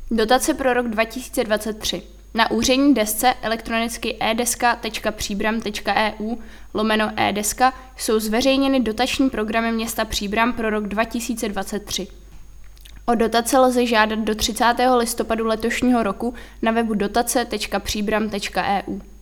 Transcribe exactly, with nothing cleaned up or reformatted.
Dotace pro rok dva tisíce dvacet tři. Na úřední desce elektronicky edeska tečka příbram tečka e u lomeno edeska jsou zveřejněny dotační programy města Příbram pro rok dva tisíce dvacet tři. O dotace lze žádat do třicátého listopadu letošního roku na webu dotace tečka příbram tečka e u.